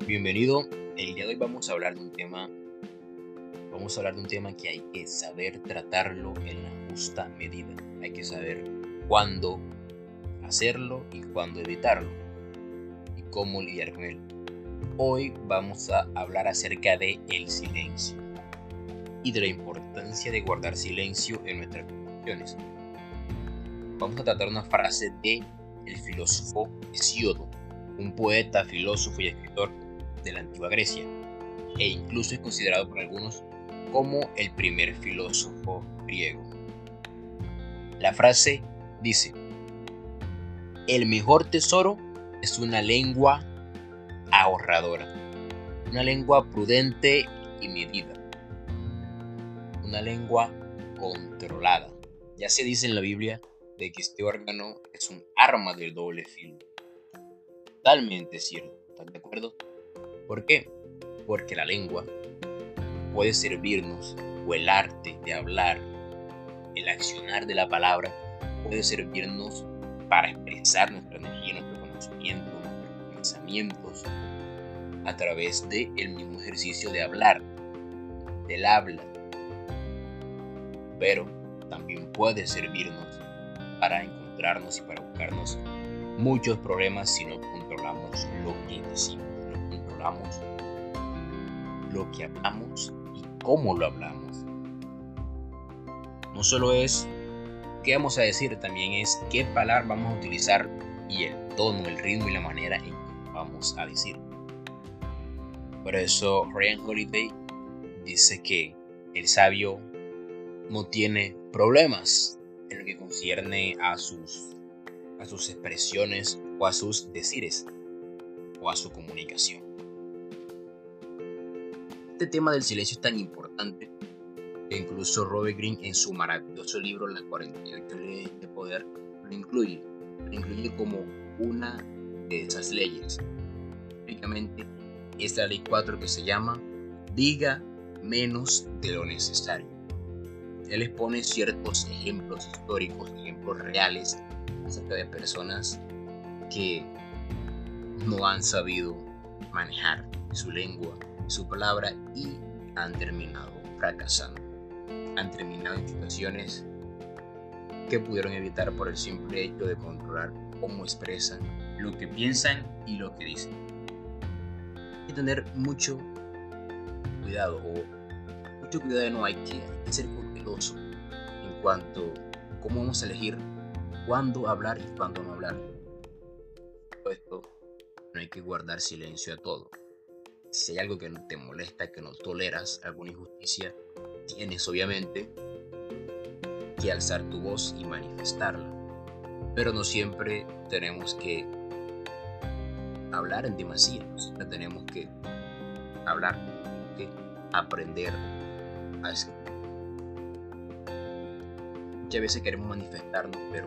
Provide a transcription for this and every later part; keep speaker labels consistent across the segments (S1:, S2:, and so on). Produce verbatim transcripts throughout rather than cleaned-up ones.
S1: Bienvenido. El día de hoy vamos a hablar de un tema, vamos a hablar de un tema que hay que saber tratarlo en la justa medida. Hay que saber cuándo hacerlo y cuándo evitarlo y cómo lidiar con él. Hoy vamos a hablar acerca de el silencio y de la importancia de guardar silencio en nuestras conversaciones. Vamos a tratar una frase de el filósofo Hesíodo, un poeta, filósofo y escritor de la antigua Grecia, e incluso es considerado por algunos como el primer filósofo griego. La frase dice: el mejor tesoro es una lengua ahorradora, una lengua prudente y medida, una lengua controlada. Ya se dice en la Biblia de que este órgano es un arma del doble filo. Totalmente cierto, ¿estás de acuerdo? ¿Por qué? Porque la lengua puede servirnos, o el arte de hablar, el accionar de la palabra, puede servirnos para expresar nuestra energía, nuestro conocimiento, nuestros pensamientos, a través del mismo ejercicio de hablar, del habla. Pero también puede servirnos para encontrarnos y para buscarnos muchos problemas si no controlamos lo que decimos, no controlamos lo que hablamos y cómo lo hablamos. No solo es qué vamos a decir, también es qué palabra vamos a utilizar y el tono, el ritmo y la manera en que vamos a decir. Por eso Ryan Holiday dice que el sabio no tiene problemas en lo que concierne a sus, a sus expresiones o a sus decires o a su comunicación. Este tema del silencio es tan importante que incluso Robert Greene, en su maravilloso libro Las cuarenta y ocho leyes de poder, lo incluye, lo incluye como una de esas leyes. Únicamente es la ley cuatro, que se llama diga menos de lo necesario. Él expone ciertos ejemplos históricos, ejemplos reales acerca de personas que no han sabido manejar su lengua, su palabra, y han terminado fracasando. Han terminado en situaciones que pudieron evitar por el simple hecho de controlar cómo expresan lo que piensan y lo que dicen. Hay que tener mucho cuidado, o mucho cuidado no hay que, hay que ser cauteloso en cuanto a cómo vamos a elegir cuándo hablar y cuándo no hablar. Por esto, no hay que guardar silencio a todo. Si hay algo que te molesta, que no toleras, alguna injusticia, tienes obviamente que alzar tu voz y manifestarla. Pero no siempre tenemos que hablar en demasía, siempre tenemos que hablar, que aprender a escribir. Muchas veces queremos manifestarnos, pero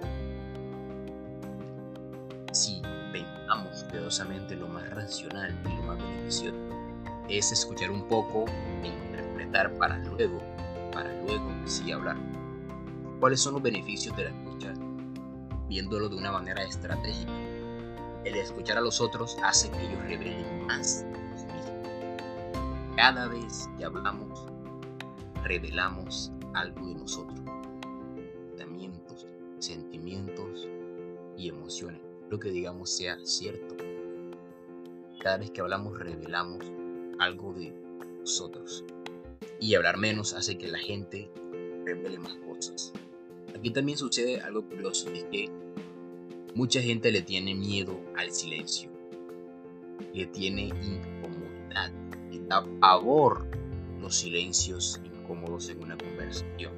S1: si pensamos cuidadosamente, lo más racional y lo más beneficioso es escuchar un poco e interpretar para luego, para luego sí hablar. ¿Cuáles son los beneficios de la escucha? Viéndolo de una manera estratégica. El escuchar a los otros hace que ellos revelen más de sí mismos. Cada vez que hablamos, revelamos algo de nosotros. Pensamientos, sentimientos y emociones. Lo que digamos sea cierto. Cada vez que hablamos, revelamos algo de nosotros. Y hablar menos hace que la gente revele más cosas. Aquí también sucede algo curioso, es que mucha gente le tiene miedo al silencio, le tiene incomodidad, le da pavor los silencios incómodos en una conversación.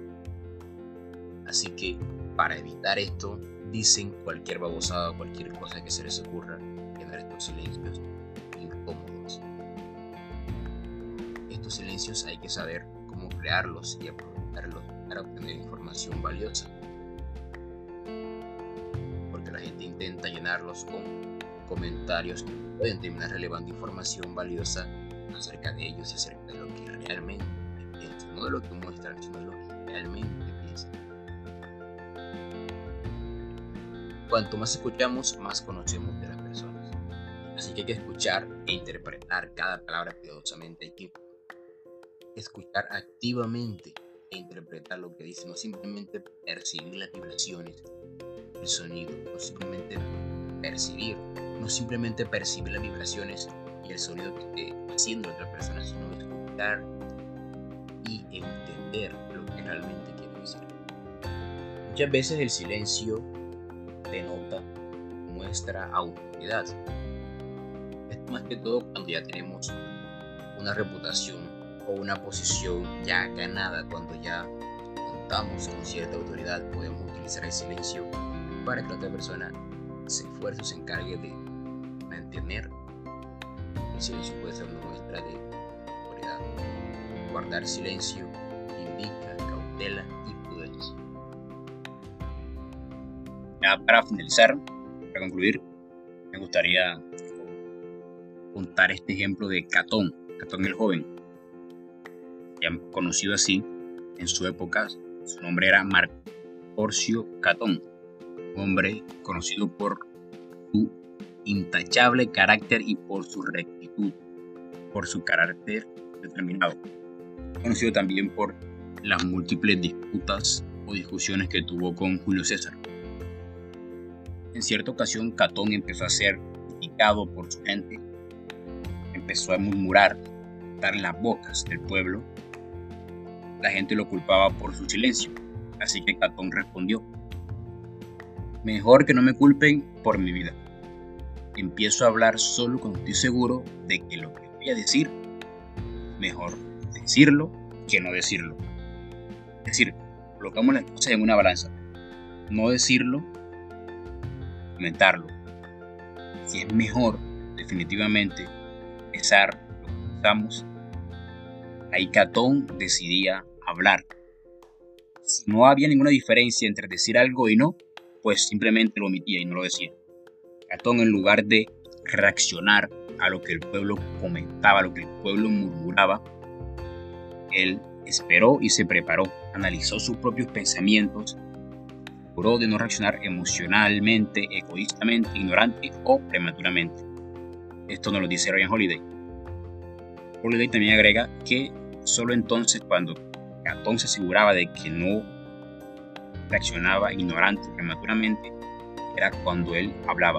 S1: Así que para evitar esto, dicen cualquier babosada o cualquier cosa que se les ocurra, llenar estos silencios incómodos. Estos silencios hay que saber cómo crearlos y aprovecharlos para obtener información valiosa, porque la gente intenta llenarlos con comentarios que pueden terminar relevando información valiosa acerca de ellos y acerca de lo que realmente piensan, no de lo que muestran, sino de lo que realmente piensan. Cuanto más escuchamos, más conocemos de las personas. Así que hay que escuchar e interpretar cada palabra cuidadosamente. Hay que escuchar activamente e interpretar lo que dice, no simplemente percibir las vibraciones, el sonido, no simplemente percibir, no simplemente percibir las vibraciones y el sonido que esté haciendo la otra persona, sino escuchar y entender lo que realmente quiere decir. Muchas veces el silencio denota nuestra autoridad. Esto más que todo cuando ya tenemos una reputación o una posición ya ganada, cuando ya contamos con cierta autoridad, podemos utilizar el silencio para que la otra persona se esfuerce o se encargue de mantener. El silencio puede ser una muestra de autoridad. Guardar silencio indica cautela y prudencia.
S2: Ya para finalizar, para concluir, me gustaría contar este ejemplo de Catón, Catón el joven, ya conocido así en su época. Su nombre era Marco Porcio Catón, un hombre conocido por su intachable carácter y por su rectitud, por su carácter determinado, conocido también por las múltiples disputas o discusiones que tuvo con Julio César. En cierta ocasión, Catón empezó a ser criticado por su gente, empezó a murmurar, dar las bocas del pueblo. La gente lo culpaba por su silencio, así que Catón respondió: mejor que no me culpen por mi vida. Empiezo a hablar solo cuando estoy seguro de que lo que voy a decir, mejor decirlo que no decirlo. Es decir, colocamos las cosas en una balanza. No decirlo, comentarlo. Si es mejor, definitivamente, expresar lo que pensamos, ahí Catón decidía hablar. Si no había ninguna diferencia entre decir algo y no, pues simplemente lo omitía y no lo decía. Catón, en lugar de reaccionar a lo que el pueblo comentaba, a lo que el pueblo murmuraba, él esperó y se preparó, analizó sus propios pensamientos, procuró de no reaccionar emocionalmente, egoístamente, ignorante o prematuramente. Esto nos lo dice Ryan Holiday. Holiday también agrega que solo entonces, cuando Catón se aseguraba de que no reaccionaba ignorante o prematuramente, era cuando él hablaba.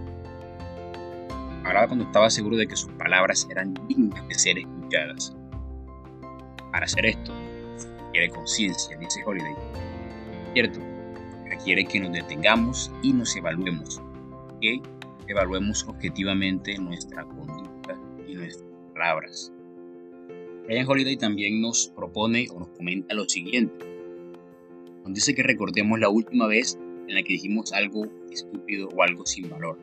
S2: Hablaba cuando estaba seguro de que sus palabras eran dignas de ser escuchadas. Para hacer esto, requiere conciencia, dice Holiday. Cierto, requiere que nos detengamos y nos evaluemos, que evaluemos objetivamente nuestra conducta y nuestras palabras. Ryan Holiday también nos propone o nos comenta lo siguiente. Nos dice que recordemos la última vez en la que dijimos algo estúpido o algo sin valor.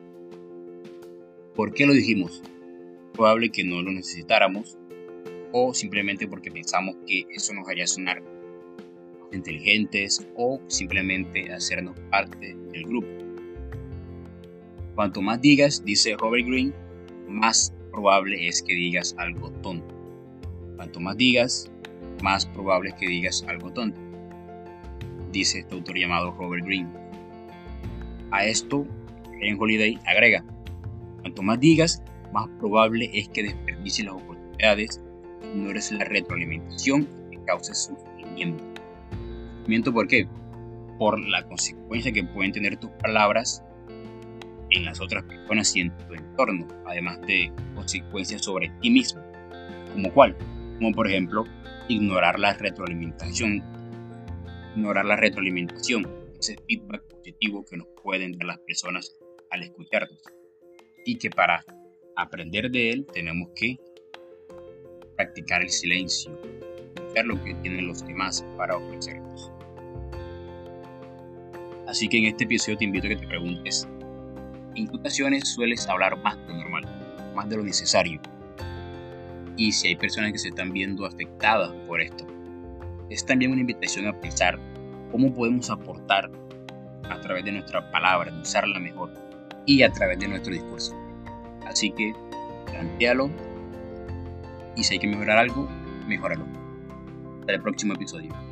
S2: ¿Por qué lo dijimos? Probable que no lo necesitáramos, o simplemente porque pensamos que eso nos haría sonar inteligentes, o simplemente hacernos parte del grupo. Cuanto más digas, dice Robert Greene, más probable es que digas algo tonto. Cuanto más digas, más probable es que digas algo tonto, dice este autor llamado Robert Greene. A esto, Ryan Holiday agrega: cuanto más digas, más probable es que desperdicies las oportunidades, ignores la retroalimentación y causes sufrimiento. ¿Sufrimiento por qué? Por la consecuencia que pueden tener tus palabras en las otras personas y en tu entorno, además de consecuencias sobre ti mismo. ¿Como cuál? Como por ejemplo, ignorar la retroalimentación. Ignorar la retroalimentación, ese feedback positivo que nos pueden dar las personas al escucharnos. Y que para aprender de él tenemos que practicar el silencio, escuchar lo que tienen los demás para ofrecernos. Así que en este episodio te invito a que te preguntes: ¿en qué ocasiones sueles hablar más de lo normal, más de lo necesario? Y si hay personas que se están viendo afectadas por esto, es también una invitación a pensar cómo podemos aportar a través de nuestra palabra, de usarla mejor, y a través de nuestro discurso. Así que plantéalo, y si hay que mejorar algo, mejóralo. Hasta el próximo episodio.